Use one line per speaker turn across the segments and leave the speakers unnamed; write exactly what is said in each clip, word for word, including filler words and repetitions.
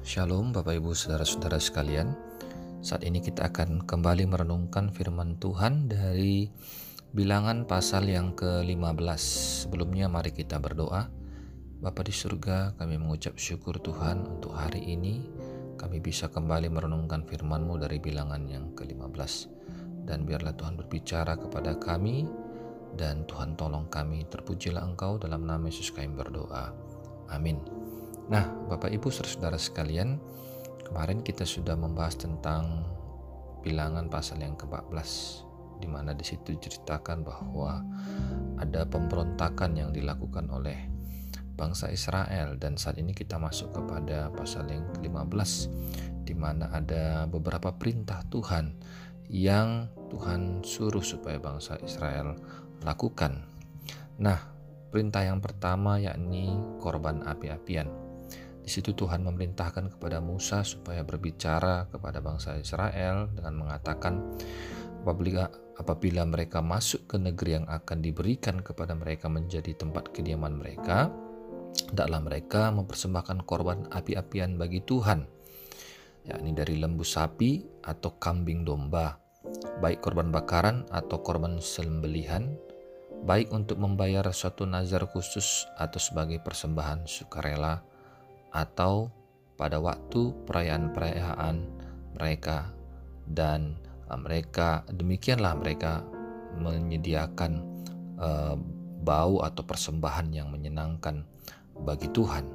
Shalom Bapak Ibu Saudara-saudara sekalian. Saat ini kita akan kembali merenungkan firman Tuhan dari Bilangan pasal yang ke lima belas. Sebelumnya mari kita berdoa. Bapa di surga, kami mengucap syukur Tuhan untuk hari ini kami bisa kembali merenungkan firman-Mu dari Bilangan yang ke lima belas. Dan biarlah Tuhan berbicara kepada kami dan Tuhan tolong kami. Terpujilah Engkau, dalam nama Yesus kami berdoa. Amin. Nah, Bapak Ibu Saudara sekalian, kemarin kita sudah membahas tentang Bilangan pasal yang ke empat belas, di mana di situ diceritakan bahwa ada pemberontakan yang dilakukan oleh bangsa Israel, dan saat ini kita masuk kepada pasal yang ke lima belas, di mana ada beberapa perintah Tuhan yang Tuhan suruh supaya bangsa Israel lakukan. Nah, perintah yang pertama yakni korban api-apian. Di situ Tuhan memerintahkan kepada Musa supaya berbicara kepada bangsa Israel dengan mengatakan, apabila, apabila mereka masuk ke negeri yang akan diberikan kepada mereka menjadi tempat kediaman mereka, hendaklah mereka mempersembahkan korban api-apian bagi Tuhan, yakni dari lembu sapi atau kambing domba, baik korban bakaran atau korban sembelihan, baik untuk membayar suatu nazar khusus atau sebagai persembahan sukarela, atau pada waktu perayaan-perayaan mereka, dan mereka demikianlah mereka menyediakan uh, bau atau persembahan yang menyenangkan bagi Tuhan.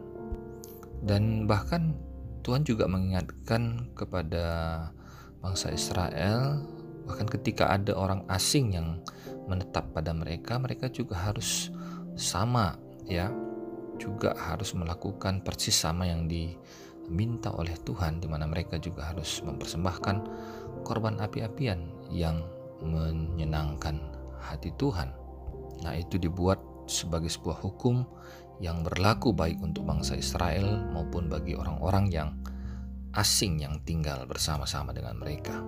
Dan bahkan Tuhan juga mengingatkan kepada bangsa Israel, bahkan ketika ada orang asing yang menetap pada mereka, mereka juga harus sama, ya, juga harus melakukan persis sama yang diminta oleh Tuhan, di mana mereka juga harus mempersembahkan korban api-apian yang menyenangkan hati Tuhan. Nah, itu dibuat sebagai sebuah hukum yang berlaku baik untuk bangsa Israel maupun bagi orang-orang yang asing yang tinggal bersama-sama dengan mereka.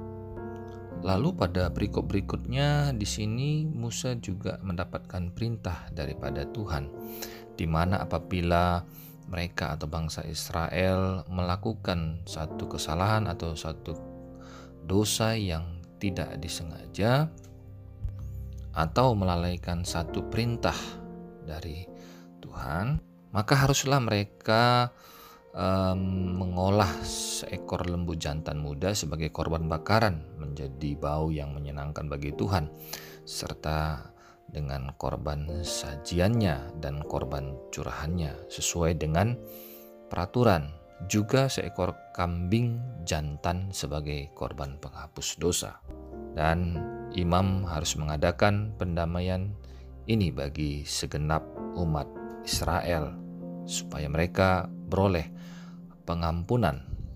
Lalu pada berikut berikutnya di sini Musa juga mendapatkan perintah daripada Tuhan, di mana apabila mereka atau bangsa Israel melakukan satu kesalahan atau satu dosa yang tidak disengaja atau melalaikan satu perintah dari Tuhan, maka haruslah mereka um, mengolah seekor lembu jantan muda sebagai korban bakaran menjadi bau yang menyenangkan bagi Tuhan, serta dengan korban sajiannya dan korban curahannya sesuai dengan peraturan, juga seekor kambing jantan sebagai korban penghapus dosa. Dan imam harus mengadakan pendamaian ini bagi segenap umat Israel supaya mereka beroleh pengampunan.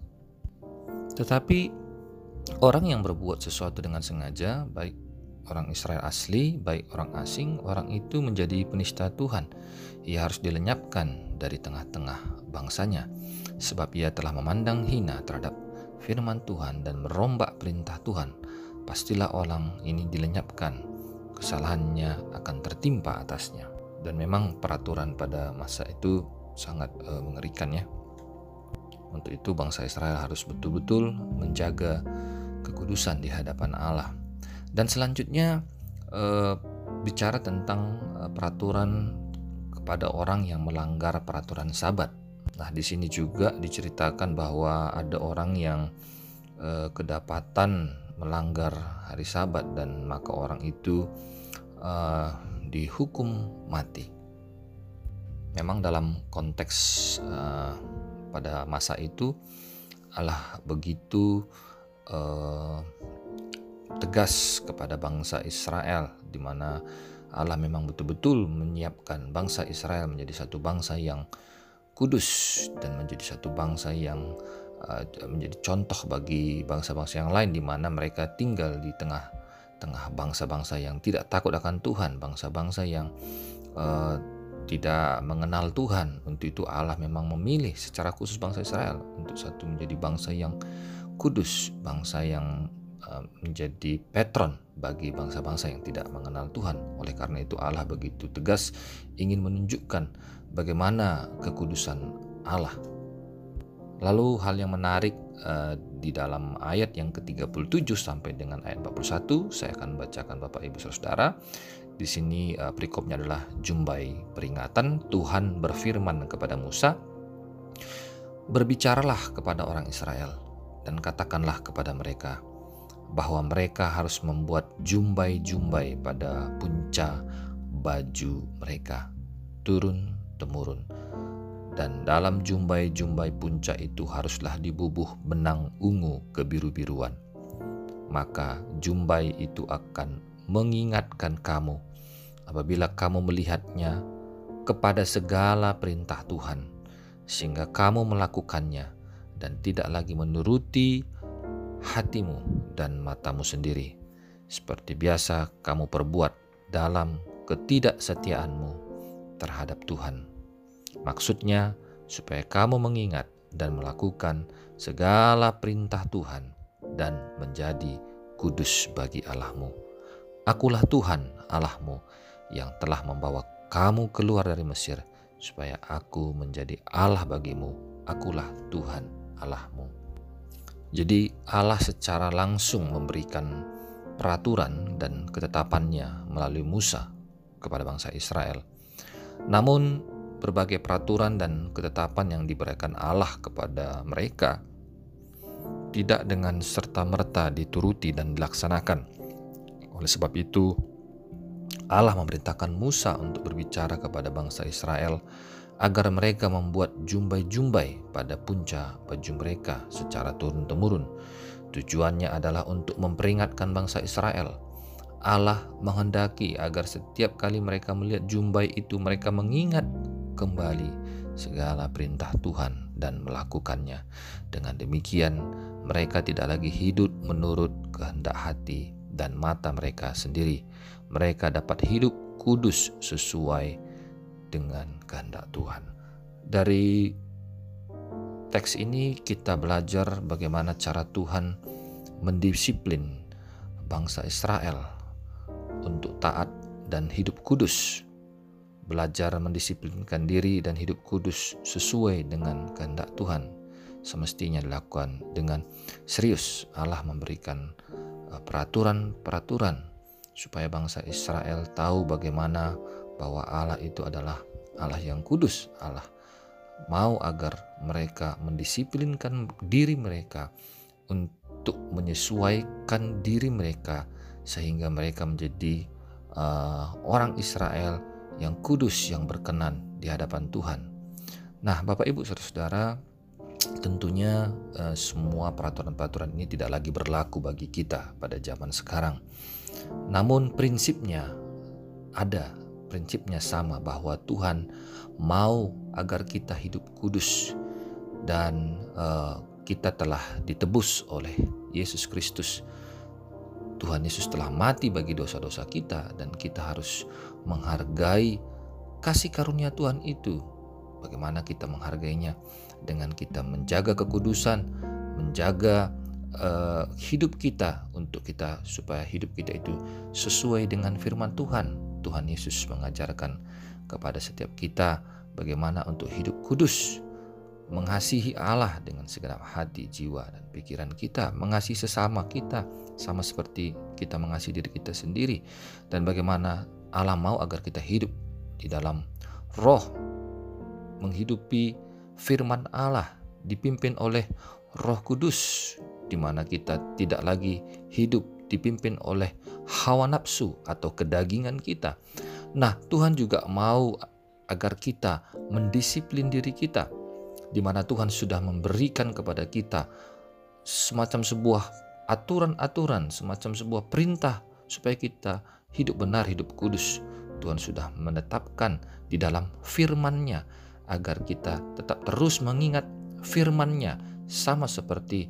Tetapi orang yang berbuat sesuatu dengan sengaja, baik orang Israel asli, baik orang asing, orang itu menjadi penista Tuhan. Ia harus dilenyapkan dari tengah-tengah bangsanya, sebab ia telah memandang hina terhadap firman Tuhan dan merombak perintah Tuhan. Pastilah orang ini dilenyapkan, kesalahannya akan tertimpa atasnya. Dan memang peraturan pada masa itu sangat uh, mengerikan, ya. Untuk itu bangsa Israel harus betul-betul menjaga kekudusan di hadapan Allah. Dan selanjutnya eh, bicara tentang eh, peraturan kepada orang yang melanggar peraturan Sabat. Nah, di sini juga diceritakan bahwa ada orang yang eh, kedapatan melanggar hari Sabat, dan maka orang itu eh, dihukum mati. Memang dalam konteks eh, pada masa itu Allah begitu eh, tegas kepada bangsa Israel, di mana Allah memang betul-betul menyiapkan bangsa Israel menjadi satu bangsa yang kudus dan menjadi satu bangsa yang uh, menjadi contoh bagi bangsa-bangsa yang lain, di mana mereka tinggal di tengah-tengah bangsa-bangsa yang tidak takut akan Tuhan, bangsa-bangsa yang uh, tidak mengenal Tuhan. Untuk itu Allah memang memilih secara khusus bangsa Israel untuk satu menjadi bangsa yang kudus, bangsa yang menjadi patron bagi bangsa-bangsa yang tidak mengenal Tuhan. Oleh karena itu Allah begitu tegas ingin menunjukkan bagaimana kekudusan Allah. Lalu hal yang menarik uh, di dalam ayat yang ke tiga puluh tujuh sampai dengan ayat empat puluh satu, saya akan bacakan Bapak Ibu Saudara. Di sini uh, perikopnya adalah jumbai peringatan. Tuhan berfirman kepada Musa, "Berbicaralah kepada orang Israel dan katakanlah kepada mereka bahwa mereka harus membuat jumbai-jumbai pada punca baju mereka turun-temurun. Dan dalam jumbai-jumbai punca itu haruslah dibubuh benang ungu kebiru-biruan. Maka jumbai itu akan mengingatkan kamu apabila kamu melihatnya kepada segala perintah Tuhan, sehingga kamu melakukannya dan tidak lagi menuruti hatimu dan matamu sendiri, seperti biasa kamu perbuat dalam ketidaksetiaanmu terhadap Tuhan." Maksudnya supaya kamu mengingat dan melakukan segala perintah Tuhan dan menjadi kudus bagi Allahmu. Akulah Tuhan Allahmu yang telah membawa kamu keluar dari Mesir, supaya aku menjadi Allah bagimu. Akulah Tuhan Allahmu. Jadi Allah secara langsung memberikan peraturan dan ketetapannya melalui Musa kepada bangsa Israel. Namun berbagai peraturan dan ketetapan yang diberikan Allah kepada mereka tidak dengan serta-merta dituruti dan dilaksanakan. Oleh sebab itu, Allah memerintahkan Musa untuk berbicara kepada bangsa Israel agar mereka membuat jumbai-jumbai pada punca baju mereka secara turun-temurun. Tujuannya adalah untuk memperingatkan bangsa Israel. Allah menghendaki agar setiap kali mereka melihat jumbai itu, mereka mengingat kembali segala perintah Tuhan dan melakukannya. Dengan demikian, mereka tidak lagi hidup menurut kehendak hati dan mata mereka sendiri. Mereka dapat hidup kudus sesuai dengan kehendak Tuhan. Dari teks ini kita belajar bagaimana cara Tuhan mendisiplin bangsa Israel untuk taat dan hidup kudus. Belajar mendisiplinkan diri dan hidup kudus sesuai dengan kehendak Tuhan semestinya dilakukan dengan serius. Allah memberikan peraturan-peraturan supaya bangsa Israel tahu bagaimana bahwa Allah itu adalah Allah yang kudus. Allah mau agar mereka mendisiplinkan diri mereka untuk menyesuaikan diri mereka sehingga mereka menjadi uh, orang Israel yang kudus, yang berkenan di hadapan Tuhan. Nah, Bapak Ibu Saudara-saudara, tentunya uh, semua peraturan-peraturan ini tidak lagi berlaku bagi kita pada zaman sekarang. Namun prinsipnya ada, prinsipnya sama, bahwa Tuhan mau agar kita hidup kudus dan uh, kita telah ditebus oleh Yesus Kristus. Tuhan Yesus telah mati bagi dosa-dosa kita dan kita harus menghargai kasih karunia Tuhan itu. Bagaimana kita menghargainya? Dengan kita menjaga kekudusan, menjaga uh, hidup kita untuk kita supaya hidup kita itu sesuai dengan firman Tuhan. Tuhan Yesus mengajarkan kepada setiap kita bagaimana untuk hidup kudus, mengasihi Allah dengan segenap hati, jiwa, dan pikiran kita, mengasihi sesama kita sama seperti kita mengasihi diri kita sendiri, dan bagaimana Allah mau agar kita hidup di dalam roh, menghidupi firman Allah, dipimpin oleh Roh Kudus, di mana kita tidak lagi hidup dipimpin oleh hawa nafsu atau kedagingan kita. Nah, Tuhan juga mau agar kita mendisiplin diri kita, di mana Tuhan sudah memberikan kepada kita semacam sebuah aturan-aturan, semacam sebuah perintah supaya kita hidup benar, hidup kudus. Tuhan sudah menetapkan di dalam firman-Nya agar kita tetap terus mengingat firman-Nya, sama seperti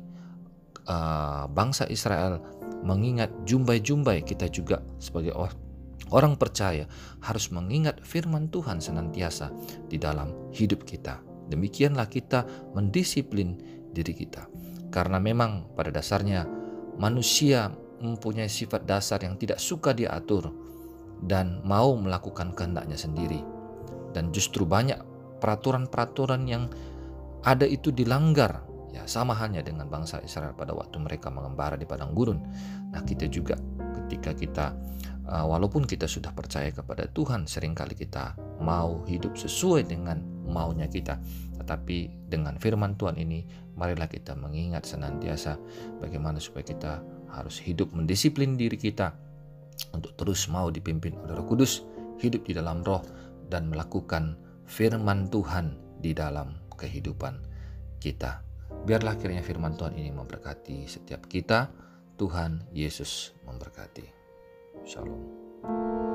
uh, bangsa Israel mengingat jumbai-jumbai. Kita juga sebagai orang percaya harus mengingat firman Tuhan senantiasa di dalam hidup kita. Demikianlah kita mendisiplin diri kita, karena memang pada dasarnya manusia mempunyai sifat dasar yang tidak suka diatur dan mau melakukan kehendaknya sendiri. Dan justru banyak peraturan-peraturan yang ada itu dilanggar Ya, sama halnya dengan bangsa Israel pada waktu mereka mengembara di padang gurun. Nah, kita juga ketika kita uh, walaupun kita sudah percaya kepada Tuhan, seringkali kita mau hidup sesuai dengan maunya kita. Tetapi dengan firman Tuhan ini, marilah kita mengingat senantiasa bagaimana supaya kita harus hidup mendisiplin diri kita untuk terus mau dipimpin oleh Roh Kudus, hidup di dalam Roh, dan melakukan firman Tuhan di dalam kehidupan kita. Biarlah kiranya firman Tuhan ini memberkati setiap kita. Tuhan Yesus memberkati. Shalom.